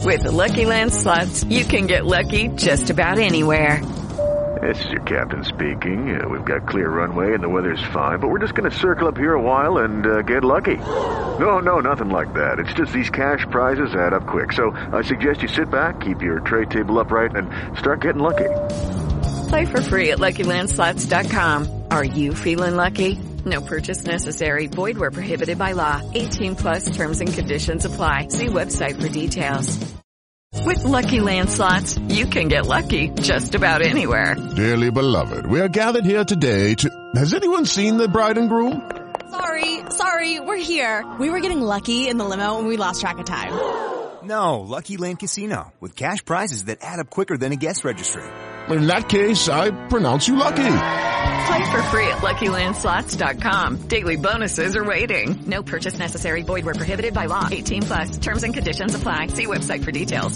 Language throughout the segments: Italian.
With the Lucky Land Slots, you can get lucky just about anywhere. This is your captain speaking. We've got clear runway and the weather's fine, but we're just going to circle up here a while and get lucky. No, nothing like that. It's just these cash prizes add up quick. So I suggest you sit back, keep your tray table upright, and start getting lucky. Play for free at LuckyLandSlots.com. Are you feeling lucky? No purchase necessary. Void where prohibited by law. 18 plus terms and conditions apply. See website for details. With Lucky Land Slots, you can get lucky just about anywhere. Dearly beloved, we are gathered here today to... Has anyone seen the bride and groom? Sorry, we're here. We were getting lucky in the limo and we lost track of time. No, Lucky Land Casino, with cash prizes that add up quicker than a guest registry. In that case, I pronounce you lucky. Play for free at LuckyLandSlots.com. Daily bonuses are waiting. No purchase necessary. Void where prohibited by law. 18 plus. Terms and conditions apply. See website for details.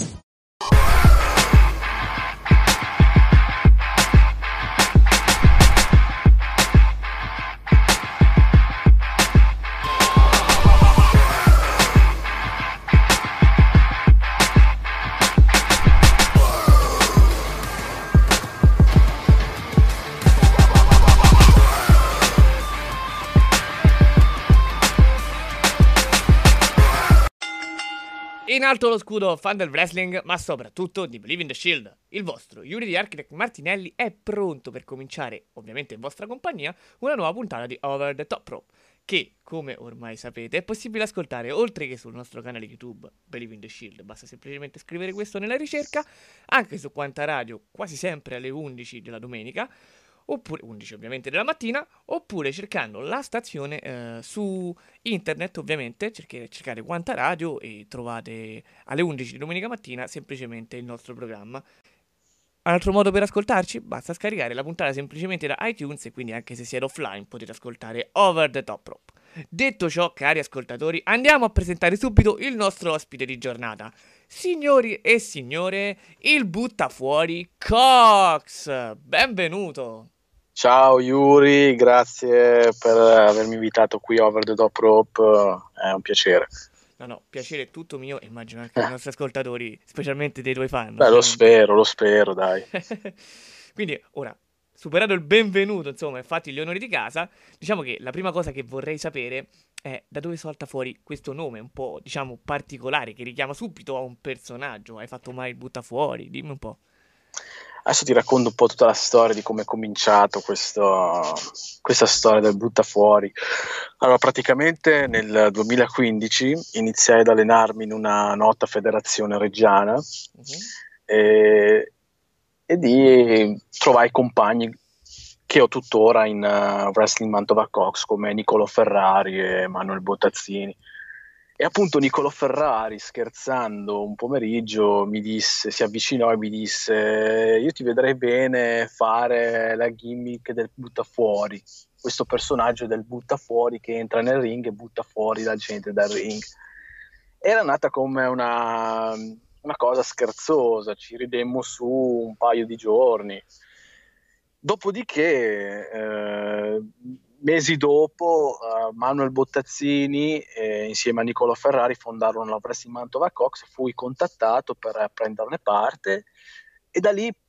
In alto lo scudo, fan del wrestling, ma soprattutto di Believe in the Shield. Il vostro Yuri di Architect Martinelli è pronto per cominciare, ovviamente in vostra compagnia, una nuova puntata di Over the Top Rope, che, come ormai sapete, è possibile ascoltare oltre che sul nostro canale YouTube Believe in the Shield, basta semplicemente scrivere questo nella ricerca, anche su Quanta Radio, quasi sempre alle 11 della domenica, oppure 11 ovviamente della mattina, oppure cercando la stazione su internet, ovviamente cercate Quanta Radio e trovate alle 11 di domenica mattina semplicemente il nostro programma. Un altro modo per ascoltarci? Basta scaricare la puntata semplicemente da iTunes e quindi anche se siete offline potete ascoltare Over the Top Rope. Detto ciò, cari ascoltatori, andiamo a presentare subito il nostro ospite di giornata. Signori e signore, il buttafuori Cox! Benvenuto! Ciao Yuri, grazie per avermi invitato qui a Over the Top Rope, è un piacere. No, piacere è tutto mio, immagino anche ai nostri ascoltatori, specialmente dei tuoi fan. Beh, lo spero, dai. Quindi, ora, superato il benvenuto, insomma, infatti gli onori di casa, diciamo che la prima cosa che vorrei sapere è da dove salta fuori questo nome un po', diciamo, particolare, che richiama subito a un personaggio. Hai fatto mai il buttafuori? Dimmi un po'. Adesso ti racconto un po' tutta la storia di come è cominciato questa storia del buttafuori. Allora, praticamente nel 2015 iniziai ad allenarmi in una nota federazione reggiana e lì trovai compagni che ho tuttora in Wrestling Mantova Cox come Nicolò Ferrari e Manuel Bottazzini. E appunto Nicolò Ferrari, scherzando un pomeriggio, si avvicinò e mi disse: io ti vedrei bene fare la gimmick del buttafuori, questo personaggio del buttafuori che entra nel ring e butta fuori la gente dal ring. Era nata come una cosa scherzosa, ci ridemmo su un paio di giorni. Dopodiché, mesi dopo, Manuel Bottazzini insieme a Nicolò Ferrari fondarono la Wrestling Mantova Cox. Fui contattato per prenderne parte e da lì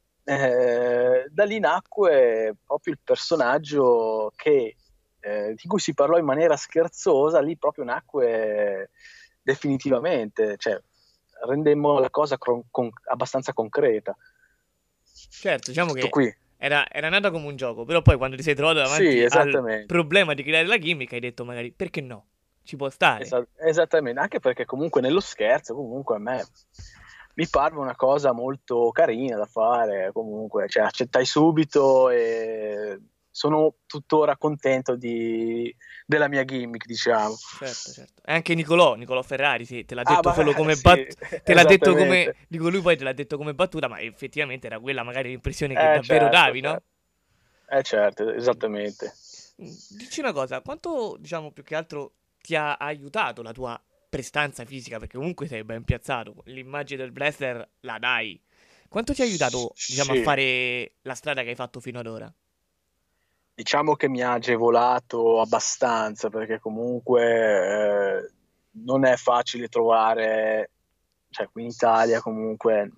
nacque proprio il personaggio di cui si parlò in maniera scherzosa. Lì proprio nacque definitivamente, cioè rendemmo la cosa abbastanza concreta. Certo, diciamo tutto che qui. Era nata come un gioco, però poi quando ti sei trovato davanti al problema di creare la gimmick hai detto magari perché no, ci può stare. Esattamente, anche perché comunque nello scherzo comunque a me mi parve una cosa molto carina da fare, comunque, cioè accettai subito e sono tuttora contento della mia gimmick, diciamo. Certo. E anche Nicolò Ferrari, sì, te l'ha detto solo come te l'ha detto come, dico, lui poi te l'ha detto come battuta, ma effettivamente era quella magari l'impressione che davvero davi, no? Certo, esattamente. Dici una cosa, quanto, diciamo, più che altro ti ha aiutato la tua prestanza fisica, perché comunque sei ben piazzato, l'immagine del wrestler la dai. Quanto ti ha aiutato, diciamo, a fare la strada che hai fatto fino ad ora? Diciamo che mi ha agevolato abbastanza, perché comunque non è facile trovare cioè qui in Italia comunque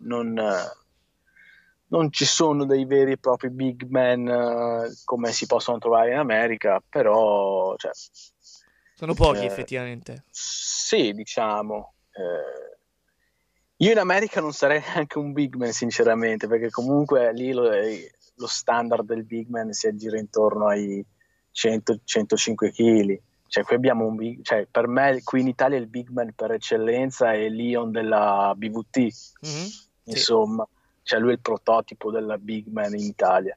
non ci sono dei veri e propri big man come si possono trovare in America, però cioè, Sono pochi effettivamente. sì, diciamo. Io in America non sarei neanche un big man, sinceramente, perché comunque lì lo standard del big man si aggira intorno ai 100-105 kg. Cioè, qui abbiamo cioè, per me qui in Italia il big man per eccellenza è Leon della BVT, insomma, cioè lui è il prototipo della big man in Italia.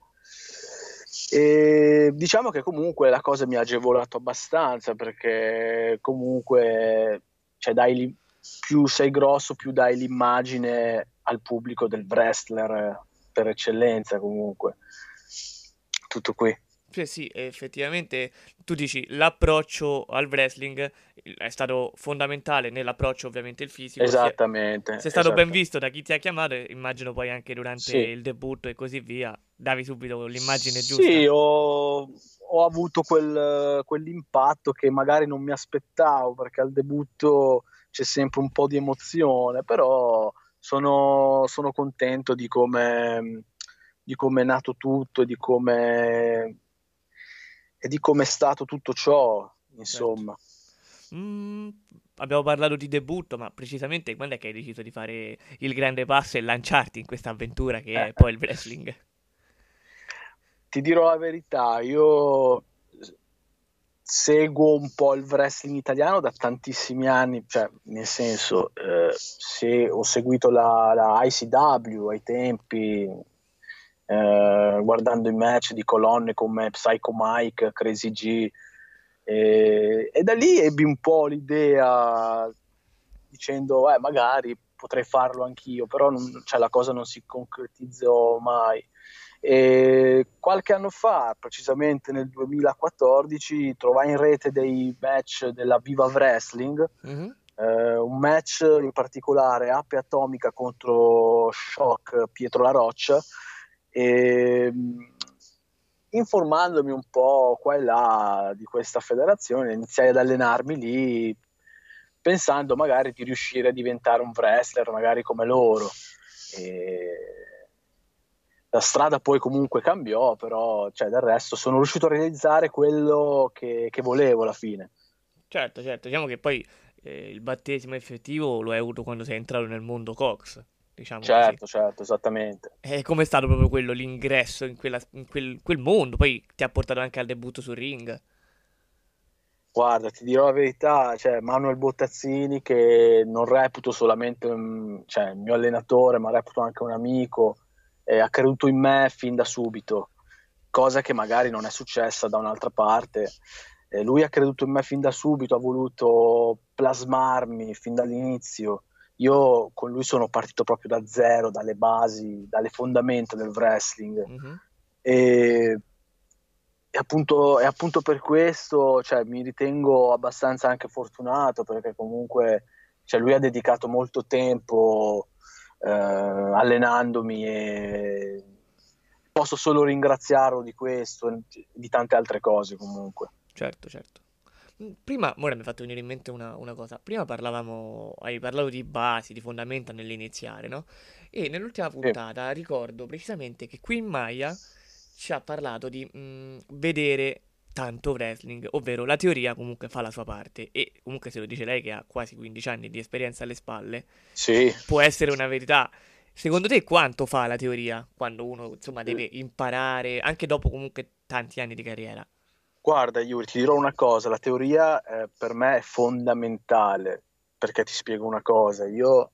E diciamo che comunque la cosa mi ha agevolato abbastanza, perché comunque cioè, più sei grosso, più dai l'immagine al pubblico del wrestler per eccellenza, comunque. Tutto qui. Cioè sì, effettivamente tu dici l'approccio al wrestling è stato fondamentale nell'approccio ovviamente il fisico. Esattamente. Se è stato ben visto da chi ti ha chiamato, immagino poi anche durante il debutto e così via, davi subito l'immagine giusta. Sì, ho avuto quell'impatto che magari non mi aspettavo, perché al debutto c'è sempre un po' di emozione, però sono contento di come è nato tutto e di come è stato tutto ciò, insomma. Abbiamo parlato di debutto, ma precisamente quando è che hai deciso di fare il grande passo e lanciarti in questa avventura che è poi il wrestling? Ti dirò la verità, io seguo un po' il wrestling italiano da tantissimi anni, cioè nel senso, se ho seguito la ICW ai tempi, guardando i match di colonne come Psycho Mike, Crazy G, e da lì ebbi un po' l'idea, dicendo magari potrei farlo anch'io, però cioè, la cosa non si concretizzò mai. E qualche anno fa, precisamente nel 2014, trovai in rete dei match della Viva Wrestling, un match in particolare Ape Atomica contro Shock Pietro La Roccia, e informandomi un po' qua e là di questa federazione, iniziai ad allenarmi lì pensando magari di riuscire a diventare un wrestler magari come loro. La strada poi comunque cambiò, però cioè, del resto sono riuscito a realizzare quello che volevo alla fine. Certo, diciamo che poi il battesimo effettivo lo hai avuto quando sei entrato nel mondo Cox, diciamo certo, così. Certo, esattamente. E com'è stato proprio quello, l'ingresso in quel mondo, poi ti ha portato anche al debutto sul ring? Guarda, ti dirò la verità, cioè Manuel Bottazzini, che non reputo solamente cioè, il mio allenatore, ma reputo anche un amico, ha creduto in me fin da subito, cosa che magari non è successa da un'altra parte. Lui ha creduto in me fin da subito, ha voluto plasmarmi fin dall'inizio. Io con lui sono partito proprio da zero, dalle basi, dalle fondamenta del wrestling. E appunto per questo cioè, mi ritengo abbastanza anche fortunato, perché comunque cioè, lui ha dedicato molto tempo allenandomi, e posso solo ringraziarlo di questo e di tante altre cose comunque. Certo. Prima, ora mi è fatto venire in mente una cosa. Prima hai parlato di basi, di fondamenta nell'iniziare, no? E nell'ultima puntata ricordo precisamente che qui in Maya ci ha parlato di vedere tanto wrestling, ovvero la teoria comunque fa la sua parte, e comunque se lo dice lei che ha quasi 15 anni di esperienza alle spalle, può essere una verità. Secondo te quanto fa la teoria quando uno insomma deve imparare, anche dopo comunque tanti anni di carriera? Guarda Yuri, ti dirò una cosa, la teoria per me è fondamentale, perché ti spiego una cosa, io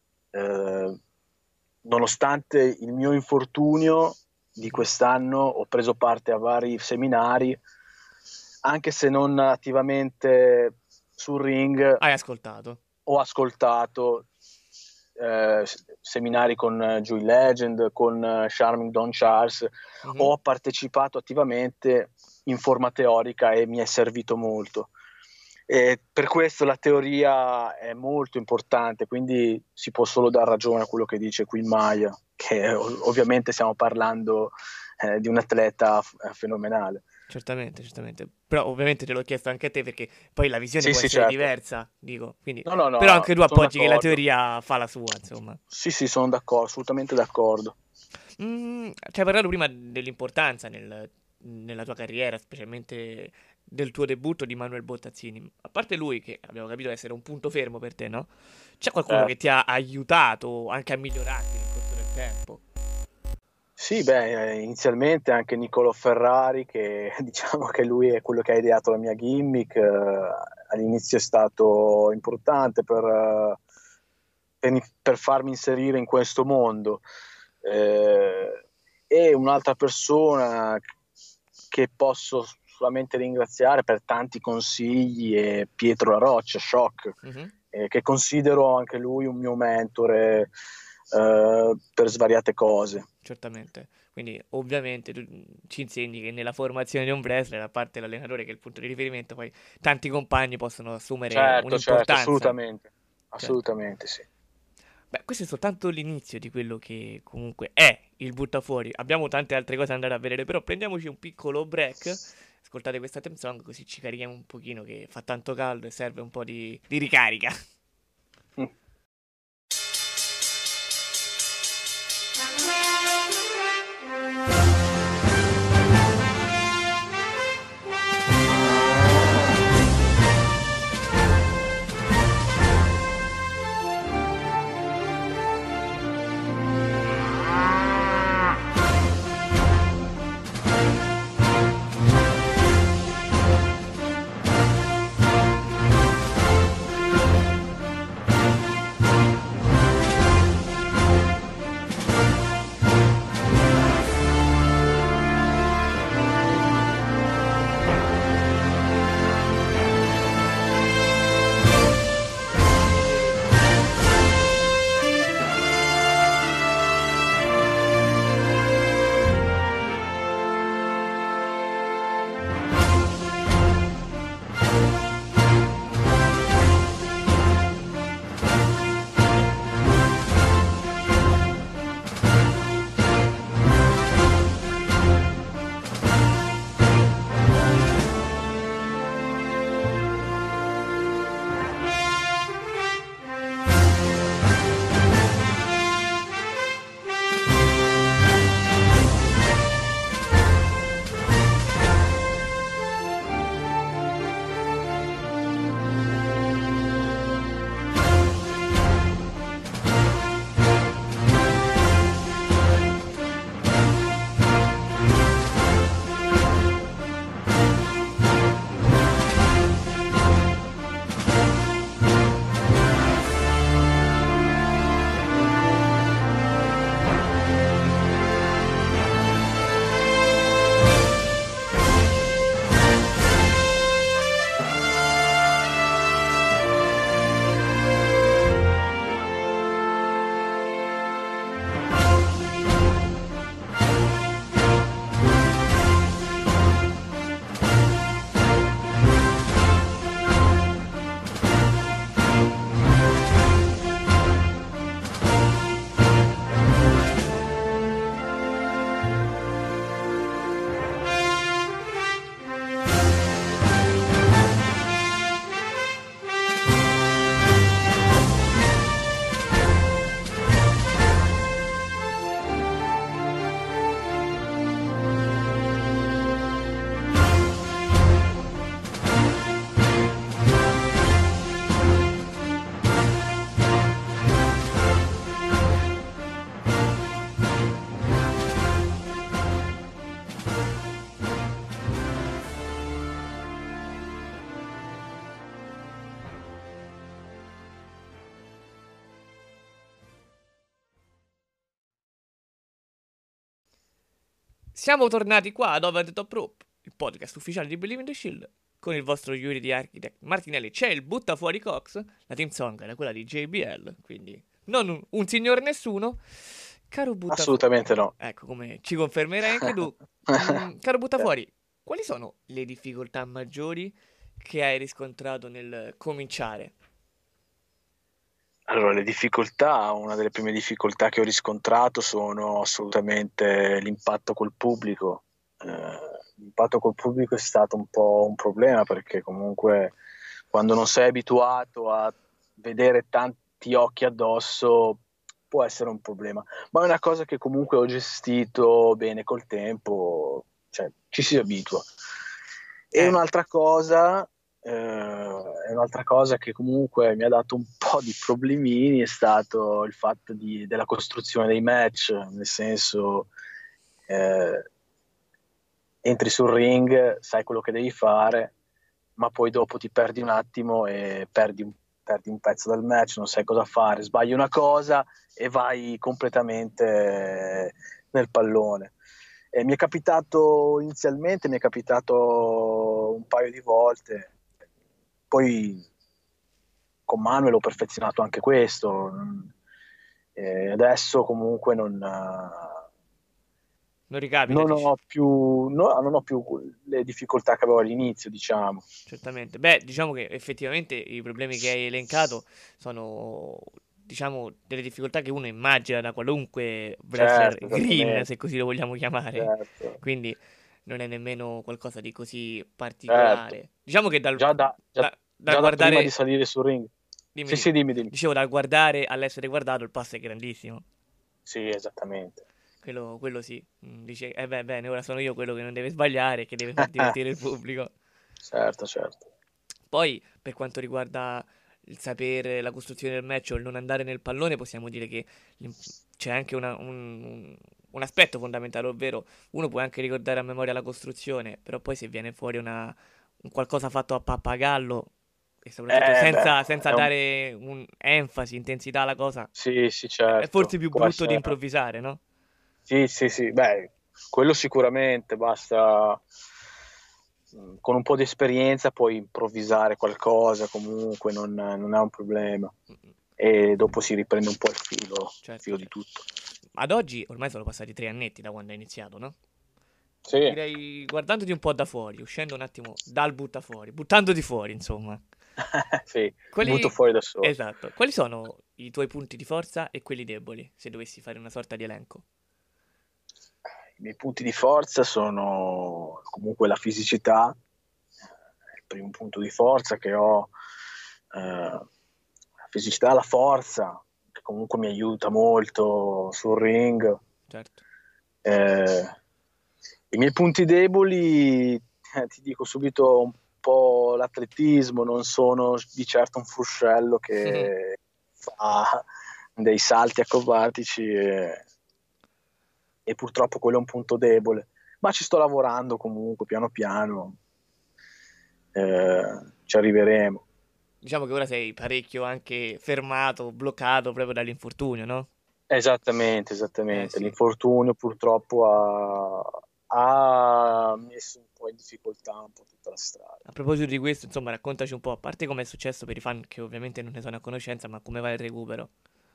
nonostante il mio infortunio di quest'anno ho preso parte a vari seminari, anche se non attivamente sul ring. Hai ascoltato? Ho ascoltato seminari con Joey Legend, con Charming Don Charles, ho partecipato attivamente in forma teorica e mi è servito molto. E per questo la teoria è molto importante, quindi si può solo dar ragione a quello che dice qui Maya, che ovviamente stiamo parlando di un atleta fenomenale. Certamente, certamente. Però ovviamente te l'ho chiesto anche a te perché poi la visione Sì, può sì, essere certo. diversa, dico. Quindi... No, Però anche tu sono appoggi che la d'accordo. teoria fa la sua, insomma. Sì, sono d'accordo, assolutamente d'accordo. Ci hai parlato prima dell'importanza nella tua carriera, specialmente del tuo debutto di Manuel Bottazzini. A parte lui, che abbiamo capito essere un punto fermo per te, no? C'è qualcuno che ti Certo. ha aiutato anche a migliorarti nel corso del tempo? Sì, inizialmente anche Niccolò Ferrari, che diciamo che lui è quello che ha ideato la mia gimmick, all'inizio è stato importante per farmi inserire in questo mondo. E un'altra persona che posso solamente ringraziare per tanti consigli è Pietro La Roccia, Shock, Mhm. che considero anche lui un mio mentore per svariate cose. Certamente. Quindi, ovviamente, tu ci insegni che nella formazione di un wrestler, a parte l'allenatore che è il punto di riferimento, poi tanti compagni possono assumere Certo, un'importanza. assolutamente, Certo. assolutamente sì. Beh, questo è soltanto l'inizio di quello che comunque è il buttafuori. Abbiamo tante altre cose da andare a vedere, però prendiamoci un piccolo break. Ascoltate questa theme song così ci carichiamo un pochino che fa tanto caldo e serve un po' di ricarica. Mm. Siamo tornati qua ad Over the Top Rope, il podcast ufficiale di Believe in the Shield, con il vostro Yuri di Architect Martinelli. C'è il Butta Fuori Cox, la team song era quella di JBL, quindi non un signor nessuno. Caro Buttafuori, Assolutamente no. ecco, come ci confermerai anche tu. Caro Buttafuori, quali sono le difficoltà maggiori che hai riscontrato nel cominciare? Allora, una delle prime difficoltà che ho riscontrato sono assolutamente l'impatto col pubblico. l'impatto col pubblico è stato un po' un problema, perché comunque quando non sei abituato a vedere tanti occhi addosso può essere un problema, ma è una cosa che comunque ho gestito bene col tempo, cioè ci si abitua. E un'altra cosa che comunque mi ha dato un po' di problemini è stato il fatto della costruzione dei match, nel senso entri sul ring, sai quello che devi fare, ma poi dopo ti perdi un attimo e perdi un pezzo del match, non sai cosa fare, sbagli una cosa e vai completamente nel pallone. Mi è capitato inizialmente, mi è capitato un paio di volte, poi con Manuel ho perfezionato anche questo, adesso comunque non ricapita, dici. non ho più le difficoltà che avevo all'inizio, diciamo. Certamente. Beh, diciamo che effettivamente i problemi che hai elencato sono, diciamo, delle difficoltà che uno immagina da qualunque wrestler Certo, green, esattamente, se così lo vogliamo chiamare. certo, Quindi non è nemmeno qualcosa di così certo. particolare. Diciamo che Già da, già, dal già da prima di guardare... salire sul ring. Dimmi, Sì, dimmi. sì, dimmi. Dicevo, dal guardare all'essere guardato il passo è grandissimo. Sì, esattamente. Quello sì. Dice, beh, bene, ora sono io quello che non deve sbagliare e che deve far divertire il pubblico. Certo, certo. Poi, per quanto riguarda il sapere, la costruzione del match o il non andare nel pallone, possiamo dire che c'è anche un aspetto fondamentale, ovvero uno può anche ricordare a memoria la costruzione, però poi se viene fuori un qualcosa fatto a pappagallo e soprattutto Beh, senza dare enfasi, intensità alla cosa, sì, sì, è forse certo. più Può brutto di essere. improvvisare, no? Sì, sì, sì. Beh, quello sicuramente, basta. Con un po' di esperienza puoi improvvisare qualcosa, comunque non è un problema. Mm, E dopo si riprende un po' il certo, filo di certo. tutto. Ad oggi ormai sono passati 3 annetti da quando è iniziato, no? Sì, Direi guardandoti un po' da fuori, uscendo un attimo dal buttafuori, buttandoti fuori, insomma. sì, mi butto Quali... fuori da solo. Esatto. Quali sono i tuoi punti di forza e quelli deboli, se dovessi fare una sorta di elenco? I miei punti di forza sono comunque la fisicità, il primo punto di forza che ho, la fisicità, la forza, che comunque mi aiuta molto sul ring. Certo. I miei punti deboli, ti dico subito un po' l'atletismo, non sono di certo un fruscello che fa dei salti acrobatici e purtroppo quello è un punto debole, ma ci sto lavorando comunque piano piano, ci arriveremo. Diciamo che ora sei parecchio anche fermato, bloccato proprio dall'infortunio, no? Esattamente, Sì. l'infortunio purtroppo ha messo un po' in difficoltà un po' tutta la strada. A proposito di questo, insomma, raccontaci un po', a parte come è successo per i fan che ovviamente non ne sono a conoscenza, ma come va il recupero?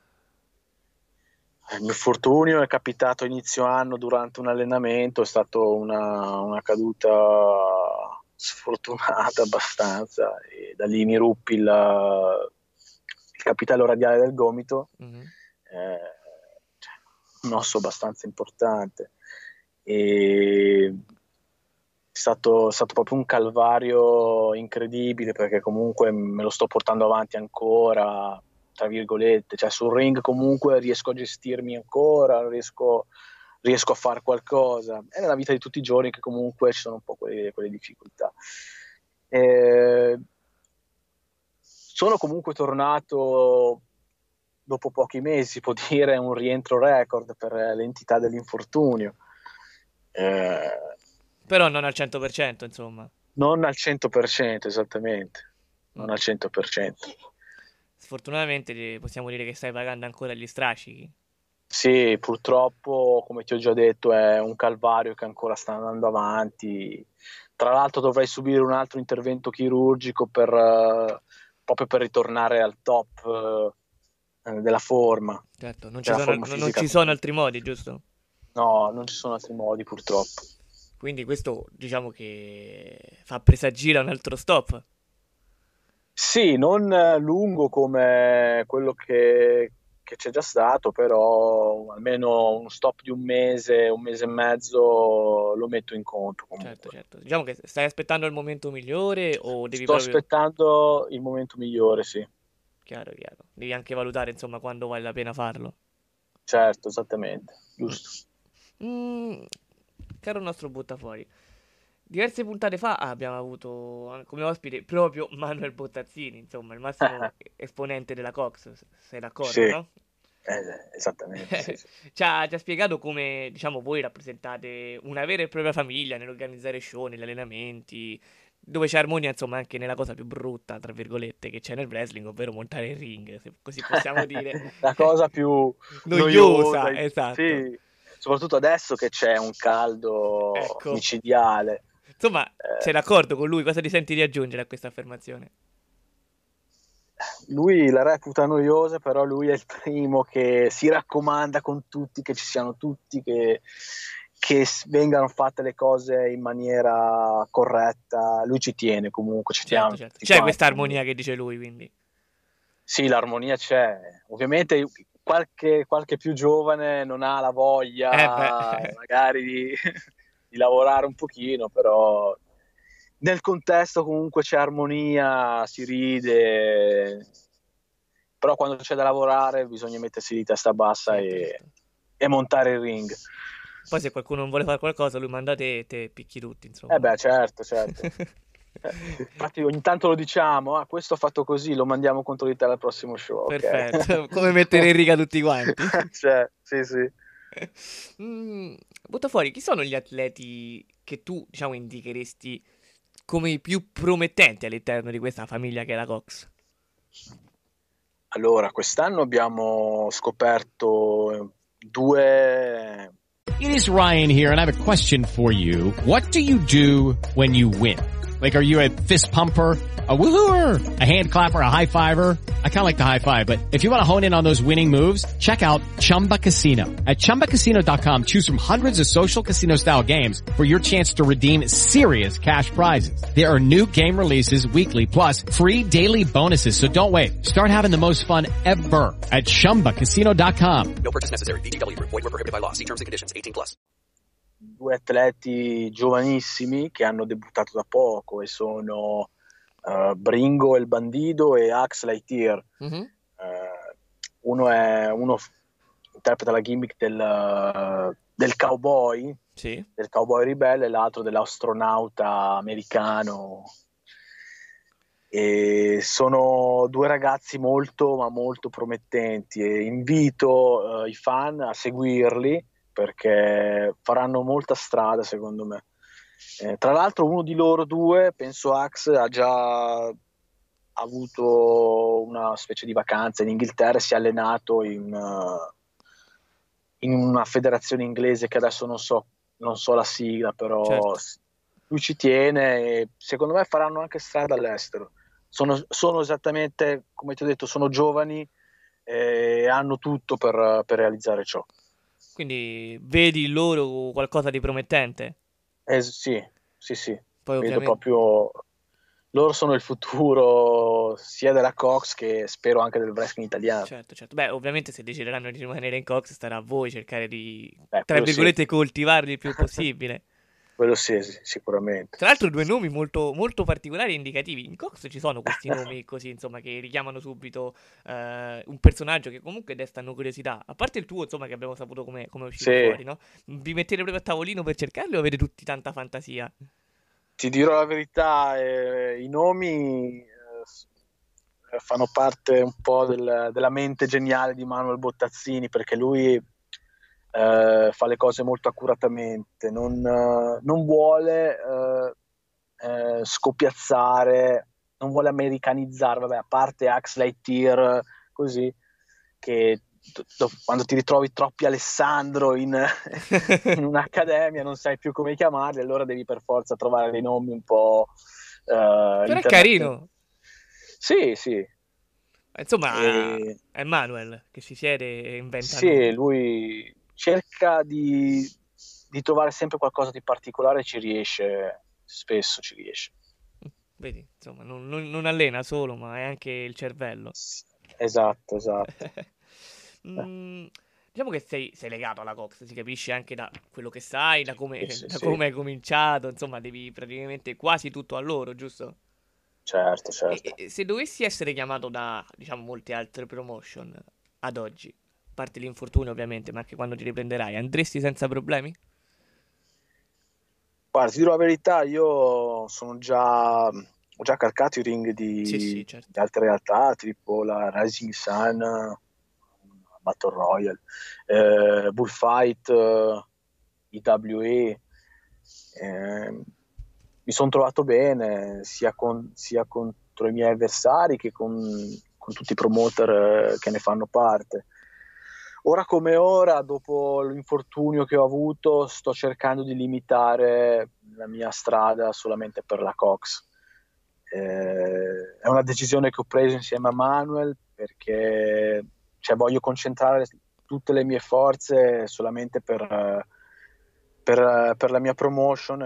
Il mio infortunio è capitato a inizio anno durante un allenamento, è stato una caduta sfortunata abbastanza e da lì mi ruppi il capitello radiale del gomito, Mhm. cioè, un osso abbastanza importante. E è stato proprio un calvario incredibile, perché comunque me lo sto portando avanti ancora, tra virgolette, cioè sul ring comunque riesco a gestirmi ancora, riesco a fare qualcosa. È nella vita di tutti i giorni che comunque ci sono un po' quelle difficoltà. Sono comunque tornato dopo pochi mesi, si può dire un rientro record per l'entità dell'infortunio. Però non al 100%, insomma. Non al 100%, esattamente, non Mm. al 100%. Sfortunatamente possiamo dire che stai pagando ancora gli strascichi. Sì, purtroppo, come ti ho già detto, è un calvario che ancora sta andando avanti. Tra l'altro dovrei subire un altro intervento chirurgico proprio per ritornare al top della forma, Certo, della forma non fisica. ci sono altri modi, giusto? No, non ci sono altri modi, purtroppo. Quindi questo diciamo che fa presagire a un altro stop. Sì, non lungo come quello che che c'è già stato, però almeno uno stop di un mese e mezzo lo metto in conto comunque. Certo. Diciamo che stai aspettando il momento migliore o devi Sto proprio... aspettando il momento migliore, sì. Chiaro. Devi anche valutare, insomma, quando vale la pena farlo. Certo, esattamente, giusto. Mm, caro nostro buttafuori, diverse puntate fa abbiamo avuto come ospite proprio Manuel Bottazzini, insomma, il massimo esponente della Cox, sei d'accordo, Sì, no? esattamente, sì. Ci ha spiegato come, diciamo, voi rappresentate una vera e propria famiglia nell'organizzare show, negli allenamenti, dove c'è armonia, insomma, anche nella cosa più brutta, tra virgolette, che c'è nel wrestling, ovvero montare il ring, se così possiamo dire. La cosa più Noiosa, esatto. sì, soprattutto adesso che c'è un caldo Ecco. micidiale. Insomma, sei d'accordo con lui? Cosa ti senti di aggiungere a questa affermazione? Lui la reputa noiosa, però lui è il primo che si raccomanda con tutti, che ci siano tutti, che vengano fatte le cose in maniera corretta. Lui ci tiene comunque, ci Certo. tiene. C'è questa armonia che dice lui, quindi. Sì, l'armonia c'è. Ovviamente qualche più giovane non ha la voglia magari di lavorare un pochino, però nel contesto comunque c'è armonia, si ride, però quando c'è da lavorare bisogna mettersi di testa bassa Certo. e montare il ring. Poi se qualcuno non vuole fare qualcosa, lui manda te e te picchi tutti, insomma. Certo. Infatti ogni tanto lo diciamo, questo ho fatto così, lo mandiamo contro di te al prossimo show. Perfetto, Okay. come mettere in riga tutti quanti. Sì. Butta fuori, chi sono gli atleti che tu, diciamo, indicheresti come i più promettenti all'interno di questa famiglia che è la Cox? Allora, quest'anno abbiamo scoperto due... It is Ryan here, and I have a question for you. What do you do when you win? Like, are you a fist pumper, a woohooer, a hand clapper, a high fiver? I kind of like the high five, but if you want to hone in on those winning moves, check out Chumba Casino. At ChumbaCasino.com, choose from hundreds of social casino style games for your chance to redeem serious cash prizes. There are new game releases weekly, plus free daily bonuses. So don't wait. Start having the most fun ever at ChumbaCasino.com. No purchase necessary. VGW Group. Void where prohibited by law. See terms and conditions. 18+. Due atleti giovanissimi che hanno debuttato da poco e sono Bringo il Bandido e Axe Lightyear. Mm-hmm. Uno interpreta la gimmick del cowboy, Sì. del cowboy ribelle, e l'altro dell'astronauta americano. E sono due ragazzi molto ma molto promettenti e invito i fan a seguirli perché faranno molta strada secondo me. Tra l'altro uno di loro due, penso Axe, ha già avuto una specie di vacanza in Inghilterra e si è allenato in una federazione inglese che adesso non so la sigla, però Certo. lui ci tiene e secondo me faranno anche strada all'estero. Sono esattamente, come ti ho detto, sono giovani e hanno tutto per realizzare ciò. Quindi vedi in loro qualcosa di promettente? Sì. Poi Vedo ovviamente... proprio loro sono il futuro sia della Cox che spero anche del wrestling italiano. Certo. Beh, ovviamente se decideranno di rimanere in Cox starà a voi cercare di, tra quello virgolette, sì. coltivarli il più possibile. Quello sì, sicuramente. Tra l'altro due nomi molto, molto particolari e indicativi. In Cox ci sono questi nomi così, insomma, che richiamano subito un personaggio che comunque destano curiosità. A parte il tuo, insomma, che abbiamo saputo come è uscito Sì. fuori, no? Vi mettete proprio a tavolino per cercarli o avete tutti tanta fantasia? Ti dirò la verità, i nomi fanno parte un po' della mente geniale di Manuel Bottazzini, perché lui fa le cose molto accuratamente, non vuole scopiazzare, non vuole americanizzare, vabbè, a parte Axe Lightyear, così, che quando ti ritrovi troppi Alessandro in un'accademia non sai più come chiamarli, allora devi per forza trovare dei nomi un po' Però è carino. Sì. Insomma, è Manuel che si siede e inventa sì, nomi. lui cerca di trovare sempre qualcosa di particolare, spesso ci riesce. Vedi, insomma, non allena solo, ma è anche il cervello. Esatto. Diciamo che sei legato alla Cox, si capisce anche da quello che sai, da come Sì, come hai cominciato, insomma, devi praticamente quasi tutto a loro, giusto? certo, E, certo. e se dovessi essere chiamato da, diciamo, molte altre promotion ad oggi, a parte l'infortunio ovviamente, ma anche quando ti riprenderai, andresti senza problemi? Guarda, ti dirò la verità, io ho già calcato i ring Sì, sì, di certo. altre realtà, tipo la Rising Sun, Battle Royale, Bullfight, IWE. Mi sono trovato bene sia contro i miei avversari che con tutti i promoter che ne fanno parte. Ora come ora, dopo l'infortunio che ho avuto, sto cercando di limitare la mia strada solamente per la Cox. È una decisione che ho preso insieme a Manuel perché voglio concentrare tutte le mie forze solamente per la mia promotion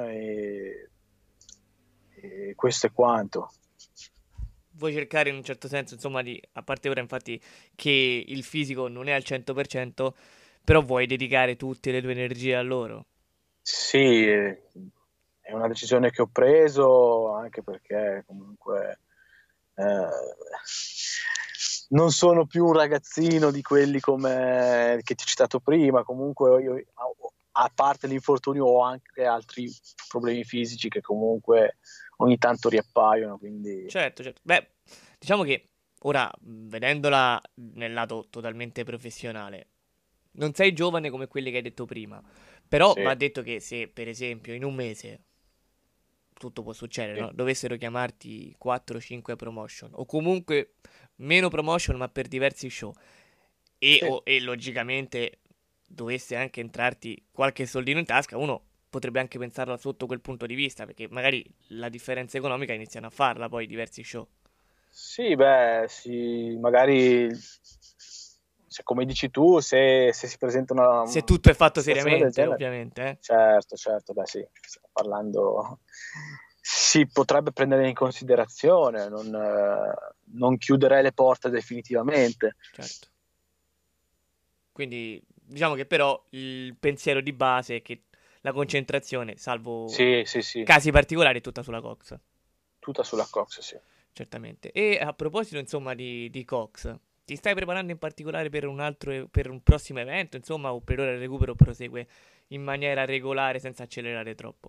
e questo è quanto. Vuoi cercare in un certo senso, insomma, a parte ora infatti che il fisico non è al 100%, però vuoi dedicare tutte le tue energie a loro. Sì, è una decisione che ho preso anche perché comunque eh, non sono più un ragazzino di quelli che ti ho citato prima. Comunque io, a parte l'infortunio, ho anche altri problemi fisici che comunque ogni tanto riappaiono, quindi Certo, certo. Beh, diciamo che ora, vedendola nel lato totalmente professionale, non sei giovane come quelli che hai detto prima, però sì, va detto che se, per esempio, in un mese tutto può succedere, sì, no? Dovessero chiamarti 4-5 promotion o comunque meno promotion ma per diversi show sì. e logicamente dovesse anche entrarti qualche soldino in tasca, uno potrebbe anche pensarla sotto quel punto di vista, perché magari la differenza economica iniziano a farla poi diversi show. Sì, beh, sì, magari come dici tu, se si presenta Se tutto è una fatto situazione del seriamente, genere, ovviamente, eh. certo, certo, beh sì, stiamo parlando, si potrebbe prendere in considerazione, non chiuderei le porte definitivamente. Certo. Quindi diciamo che però il pensiero di base è che la concentrazione, salvo Sì, sì, sì, casi particolari, è tutta sulla Cox. tutta sulla Cox, sì. Certamente. E a proposito, insomma, di Cox, ti stai preparando in particolare per per un prossimo evento, insomma, o per ora il recupero prosegue in maniera regolare senza accelerare troppo?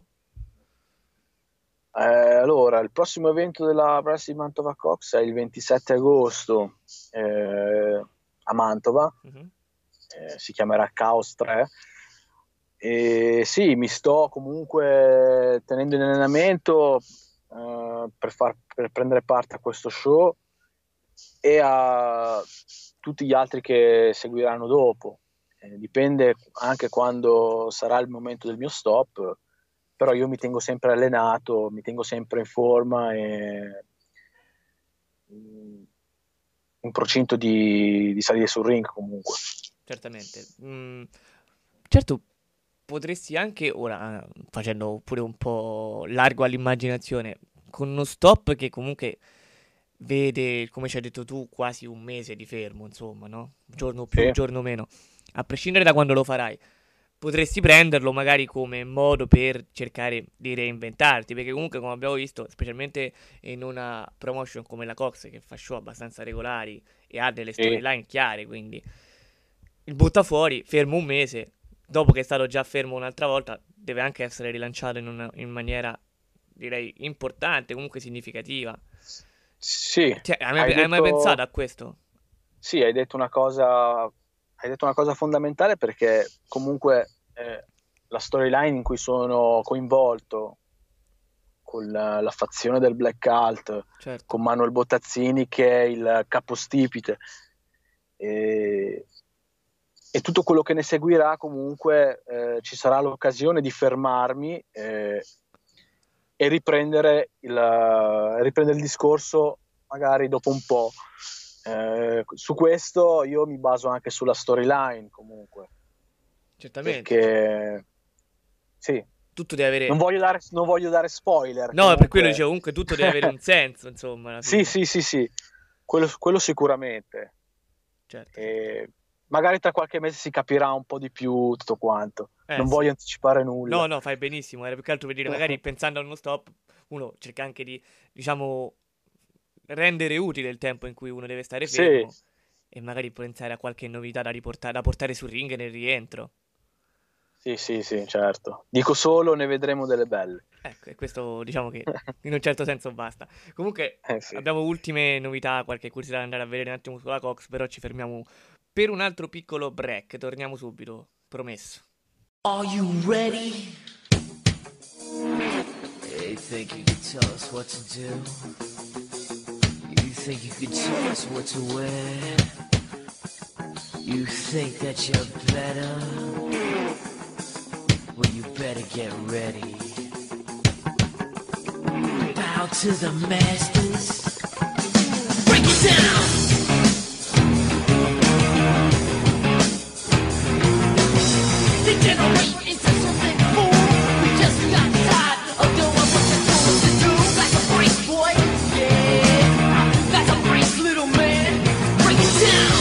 Allora, il prossimo evento della Wrestling Mantova Cox è il 27 agosto a Mantova, Mhm. si chiamerà Chaos 3. E sì, mi sto comunque tenendo in allenamento per prendere parte a questo show e a tutti gli altri che seguiranno dopo. Dipende anche quando sarà il momento del mio stop, però io mi tengo sempre allenato, mi tengo sempre in forma e in procinto di salire sul ring comunque. Certamente. Certo, potresti anche, ora facendo pure un po' largo all'immaginazione, con uno stop che comunque vede, come ci hai detto tu, quasi un mese di fermo, insomma, no? Giorno più, Sì, giorno meno. A prescindere da quando lo farai, potresti prenderlo magari come modo per cercare di reinventarti, perché comunque, come abbiamo visto, specialmente in una promotion come la Cox, che fa show abbastanza regolari e ha delle sì, storyline chiare, quindi il buttafuori, fermo un mese, dopo che è stato già fermo un'altra volta, deve anche essere rilanciato in maniera, direi, importante, comunque significativa. sì, Hai mai pensato a questo? sì, hai detto una cosa fondamentale perché comunque la storyline in cui sono coinvolto con la fazione del Black Cult, Certo, con Manuel Bottazzini che è il capostipite e, e tutto quello che ne seguirà comunque ci sarà l'occasione di fermarmi e riprendere il discorso magari dopo un po'. Su questo io mi baso anche sulla storyline comunque, certamente. perché sì, Tutto deve avere... non voglio dare spoiler No, per quello comunque. dicevo, comunque tutto deve avere un senso, insomma, alla Sì, fine. sì, sì, sì, quello sicuramente. Certo, certo. E magari tra qualche mese si capirà un po' di più tutto quanto. Non Sì. voglio anticipare nulla. No, fai benissimo. Era più che altro per dire, magari pensando a uno stop, uno cerca anche di, diciamo, rendere utile il tempo in cui uno deve stare Sì, fermo e magari pensare a qualche novità da portare sul ring nel rientro. sì, certo. Dico solo, ne vedremo delle belle. Ecco, e questo diciamo che in un certo senso basta. Comunque Sì. abbiamo ultime novità, qualche curiosità da andare a vedere un attimo sulla Cox, però ci fermiamo per un altro piccolo break. Torniamo subito, promesso. Are you ready? Hey, think you can tell us what to do? You think you can tell us what to wear? You think that you're better? Well, you better get ready. Bow to the masters. Break it down! Degenerate into something fool. We just got tired of doing what you told us to do. That's a break, boy. Yeah, that's a break, little man. Break it down.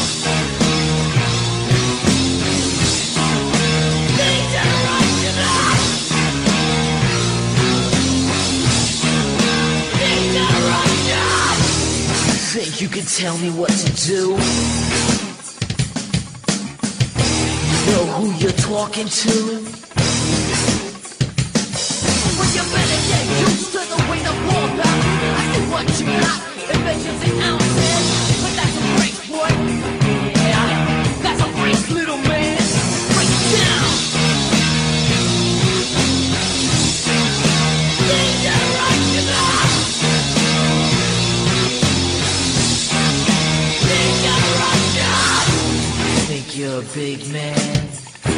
Think you can tell me what to do? Know who you're talking to? Well, you better get used to the way the war back. I see what you got, inventions and ounces. But that's a break, boy. Yeah, that's a break, little man. Break it down. Think you're a big man?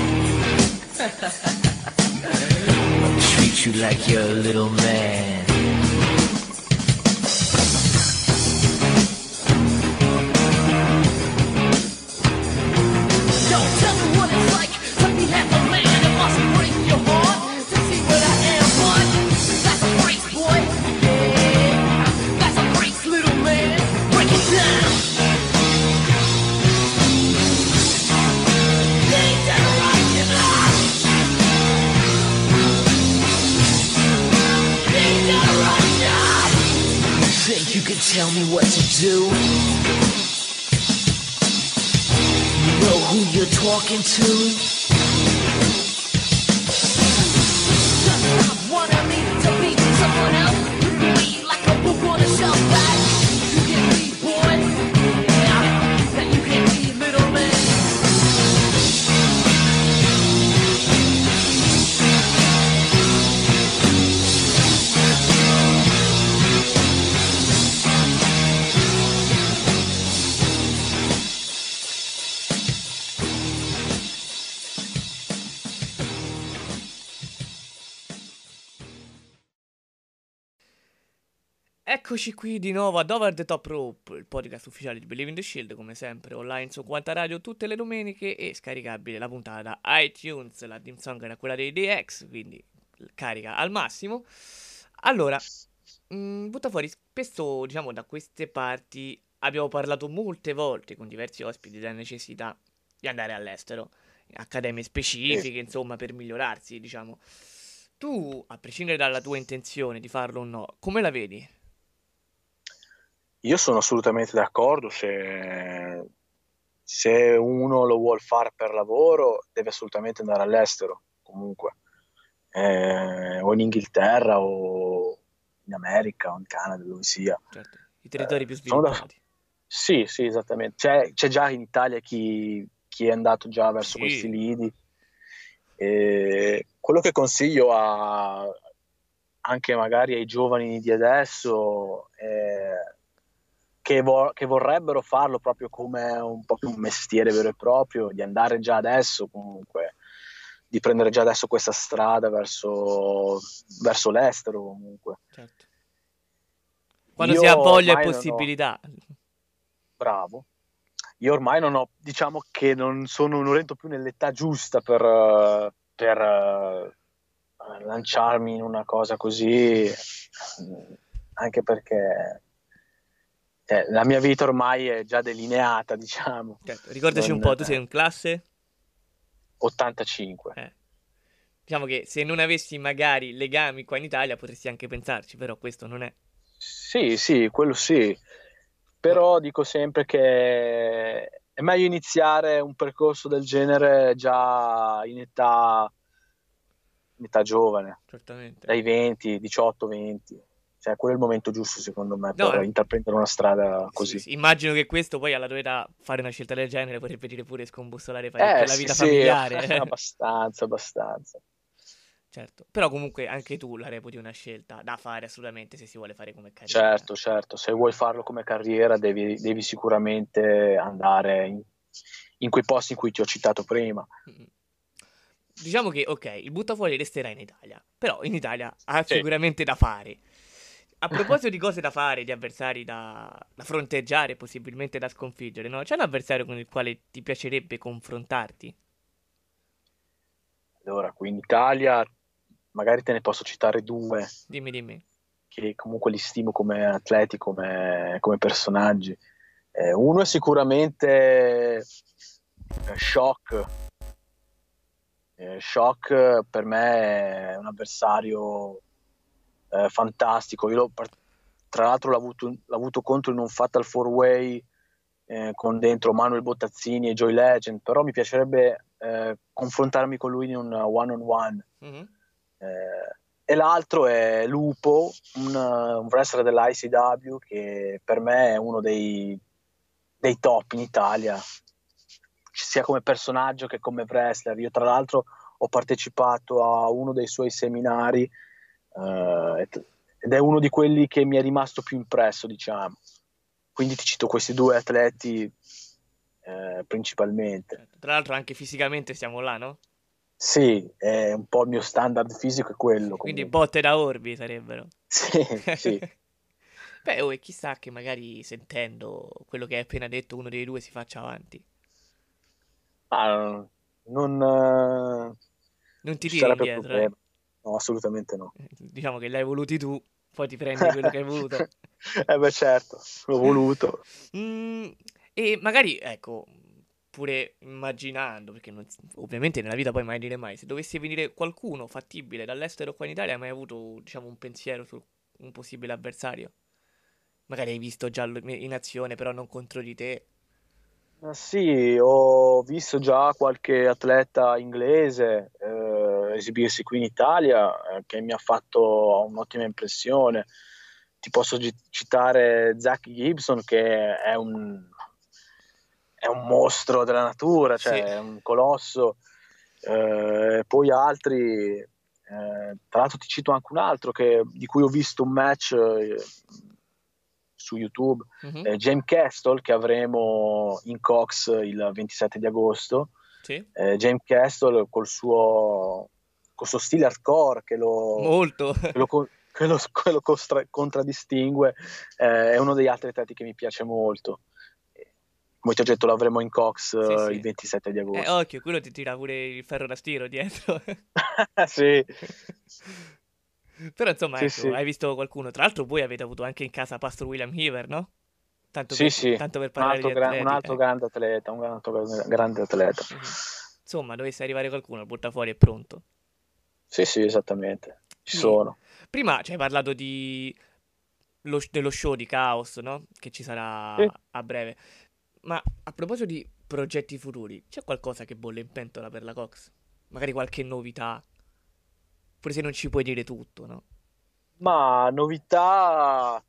Treat you like you're a little man. Don't tell me what it's like to be half a man. It must break your heart to see what I am, but that's a break, boy. Yeah, that's a break, little man. Break it down. Think you can tell me what to do? You know who you're talking to? Sometimes wanting me to be someone else. You can be like a book on a shelf that you can be, boy. Yeah, that you can be, little man. Eccoci qui di nuovo ad Over the Top Rope, il podcast ufficiale di Believe in the Shield, come sempre online su Quanta Radio tutte le domeniche e scaricabile la puntata da iTunes. La theme song era quella dei DX, quindi carica al massimo. Allora, butta fuori, spesso diciamo da queste parti abbiamo parlato molte volte con diversi ospiti della necessità di andare all'estero, accademie specifiche, insomma, per migliorarsi, diciamo. Tu, a prescindere dalla tua intenzione di farlo o no, come la vedi? Io sono assolutamente d'accordo, se uno lo vuol fare per lavoro deve assolutamente andare all'estero, comunque, o in Inghilterra o in America o in Canada, dove sia. Certo, i territori più sono sviluppati. Sì, esattamente. C'è già in Italia chi è andato già verso Sì. questi lidi. Quello che consiglio anche magari ai giovani di adesso che vorrebbero farlo proprio come un po' più un mestiere vero e proprio, di andare già adesso comunque, di prendere già adesso questa strada verso l'estero comunque. Certo. Quando si ha voglia e possibilità. Bravo. Io ormai diciamo che non entro più nell'età giusta per lanciarmi in una cosa così, anche perché La mia vita ormai è già delineata, diciamo. Certo, ricordaci un po', tu sei in classe? 85. Diciamo che se non avessi magari legami qua in Italia potresti anche pensarci, però questo non è. Sì, quello sì. Però dico sempre che è meglio iniziare un percorso del genere già in età giovane, Certamente. dai 20, 18, 20. Cioè, quello è il momento giusto, secondo me, No, per intraprendere una strada così. sì, immagino che questo poi alla tua età fare una scelta del genere potrebbe dire pure scombussolare parecchio la vita Sì, familiare. abbastanza. Certo, però comunque anche tu la reputi una scelta da fare assolutamente se si vuole fare come carriera. Certo, se vuoi farlo come carriera devi sicuramente andare in quei posti in cui ti ho citato prima. Diciamo che, ok, il buttafuori resterà in Italia, però in Italia ha sicuramente da fare. A proposito di cose da fare, di avversari da fronteggiare, possibilmente da sconfiggere, no? C'è un avversario con il quale ti piacerebbe confrontarti? Allora, qui in Italia magari te ne posso citare 2. Dimmi. Che comunque li stimo come atleti, come personaggi. Uno è sicuramente Shock. Shock per me è un avversario fantastico. Io tra l'altro l'ho avuto contro in un Fatal 4-Way con dentro Manuel Bottazzini e Joy Legend, però mi piacerebbe confrontarmi con lui in un one-on-one. E l'altro è Lupo, un wrestler dell'ICW che per me è uno dei top in Italia, sia come personaggio che come wrestler. Io tra l'altro ho partecipato a uno dei suoi seminari ed è uno di quelli che mi è rimasto più impresso, diciamo. Quindi ti cito questi 2 atleti principalmente. Tra l'altro anche fisicamente siamo là, no? Sì, è un po' il mio standard fisico, è quello. Quindi comunque. botte da orbi sarebbero. Sì. Beh, e chissà che magari sentendo quello che hai appena detto uno dei 2 si faccia avanti. Non ti ci tiri sarebbe indietro, problema. No, assolutamente no. Diciamo che l'hai voluti tu, poi ti prendi quello che hai voluto. Beh, certo, l'ho voluto. E magari, ecco, pure immaginando, perché ovviamente nella vita poi mai dire mai, se dovesse venire qualcuno fattibile dall'estero qua in Italia, hai mai avuto, diciamo, un pensiero su un possibile avversario? Magari hai visto già in azione, però non contro di te. Sì, ho visto già qualche atleta inglese esibirsi qui in Italia che mi ha fatto un'ottima impressione. Ti posso citare Zach Gibson, che è un mostro della natura, cioè è un colosso. Poi altri, tra l'altro ti cito anche un altro di cui ho visto un match su YouTube, James Castle, che avremo in Cox il 27 di agosto. James Castle col suo stile hardcore che lo contraddistingue, è uno degli altri atleti che mi piace molto. Come ti ho detto, l'avremo in Cox il 27 di agosto. Occhio, quello ti tira pure il ferro da stiro dietro. Sì. Però insomma, ecco, sì. hai visto qualcuno. Tra l'altro voi avete avuto anche in casa Pastor William Heaver, no? Tanto per parlare di atleti. Un altro grande atleta. Insomma, dovesse arrivare qualcuno, il buttafuori è pronto. Sì, esattamente. Ci sono. Prima ci hai parlato dello show di Chaos, no? Che ci sarà a breve. Ma a proposito di progetti futuri, c'è qualcosa che bolle in pentola per la Cox? Magari qualche novità? Pure se non ci puoi dire tutto, no? Ma novità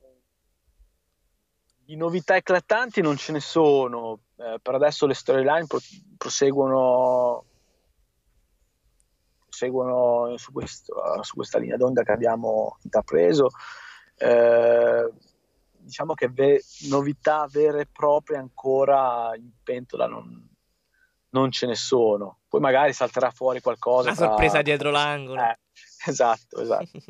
eclatanti non ce ne sono. Per adesso le storyline proseguono su questa linea d'onda che abbiamo intrapreso. Diciamo che novità vere e proprie ancora in pentola non ce ne sono. Poi magari salterà fuori qualcosa. Una sorpresa dietro l'angolo. Esatto.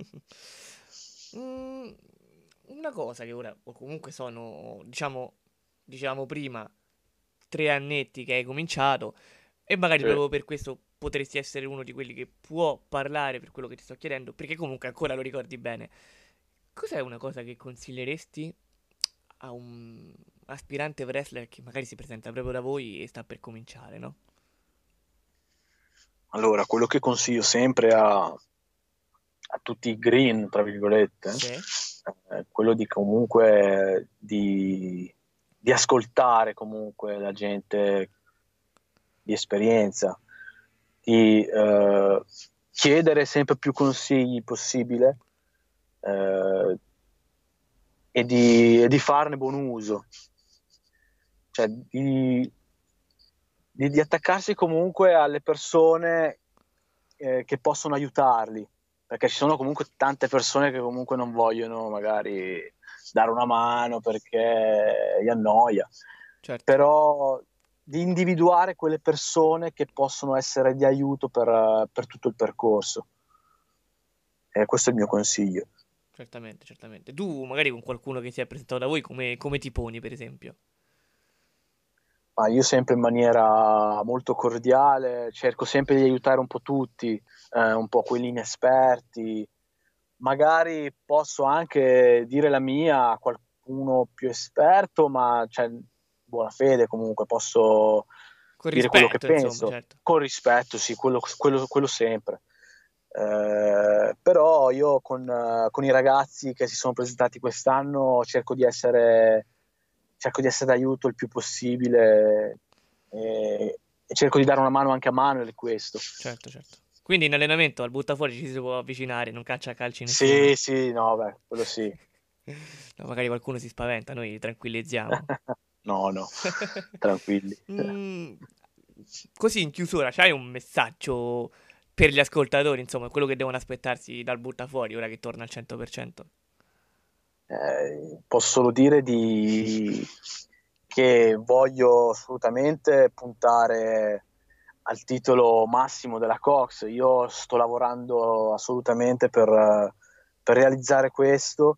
Una cosa che ora, o comunque sono, diciamo prima, 3 annetti che hai cominciato, e magari proprio per questo potresti essere uno di quelli che può parlare per quello che ti sto chiedendo, perché comunque ancora lo ricordi bene. Cos'è una cosa che consiglieresti a un aspirante wrestler che magari si presenta proprio da voi e sta per cominciare, no? Allora, quello che consiglio sempre a tutti i green, tra virgolette, è quello di comunque di ascoltare comunque la gente di esperienza, di chiedere sempre più consigli possibile, e di farne buon uso, cioè di attaccarsi comunque alle persone che possono aiutarli, perché ci sono comunque tante persone che comunque non vogliono magari dare una mano perché gli annoia, però di individuare quelle persone che possono essere di aiuto per tutto il percorso. Questo è il mio consiglio. Certamente. Tu magari con qualcuno che si è presentato da voi, come ti poni, per esempio? Io sempre in maniera molto cordiale, cerco sempre di aiutare un po' tutti, un po' quelli inesperti. Magari posso anche dire la mia a qualcuno più esperto, ma buona fede comunque, posso dire quello che penso. Insomma, certo. Con rispetto, sì, quello sempre. Però io con i ragazzi che si sono presentati quest'anno cerco di essere d'aiuto il più possibile, e cerco di dare una mano anche a Manuel questo. Certo. Quindi in allenamento al buttafuori ci si può avvicinare, non caccia calci nessuno. Sì, no, beh, quello sì. No, magari qualcuno si spaventa, noi tranquillizziamo. No, tranquilli. Così in chiusura, c'hai un messaggio per gli ascoltatori, insomma, quello che devono aspettarsi dal buttafuori ora che torna al 100%? Posso solo dire che voglio assolutamente puntare al titolo massimo della Cox. Io sto lavorando assolutamente per realizzare questo,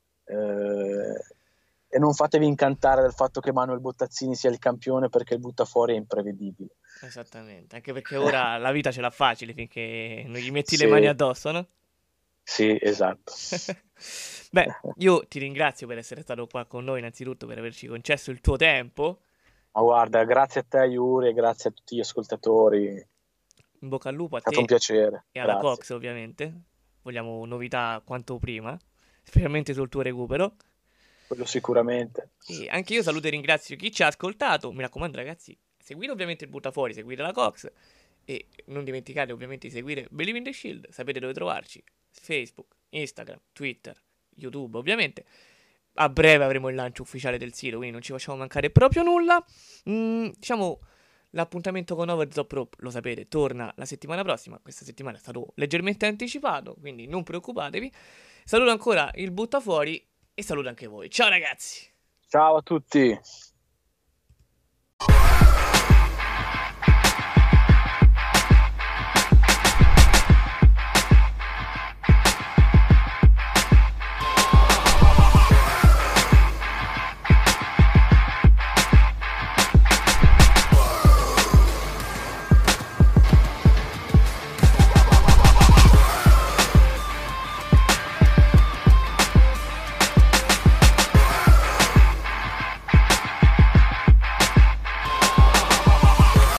e non fatevi incantare dal fatto che Manuel Bottazzini sia il campione, perché il buttafuori è imprevedibile. Esattamente, anche perché ora la vita ce l'ha facile finché non gli metti le mani addosso, no? Sì, esatto. Beh, io ti ringrazio per essere stato qua con noi, innanzitutto per averci concesso il tuo tempo. Ma guarda, grazie a te Yuri e grazie a tutti gli ascoltatori. In bocca al lupo a te. È stato un piacere. E alla Cox, ovviamente. Vogliamo novità quanto prima, specialmente sul tuo recupero. Quello sicuramente. E anche io saluto e ringrazio chi ci ha ascoltato. Mi raccomando, ragazzi, seguite ovviamente il buttafuori, seguite la Cox e non dimenticate ovviamente di seguire Believe in the Shield. Sapete dove trovarci: Facebook, Instagram, Twitter, YouTube, ovviamente. A breve avremo il lancio ufficiale del sito, quindi non ci facciamo mancare proprio nulla. Diciamo, l'appuntamento con Over the Top Rope, lo sapete, torna la settimana prossima. Questa settimana è stato leggermente anticipato, quindi non preoccupatevi. Saluto ancora il buttafuori e saluto anche voi. Ciao ragazzi! Ciao a tutti!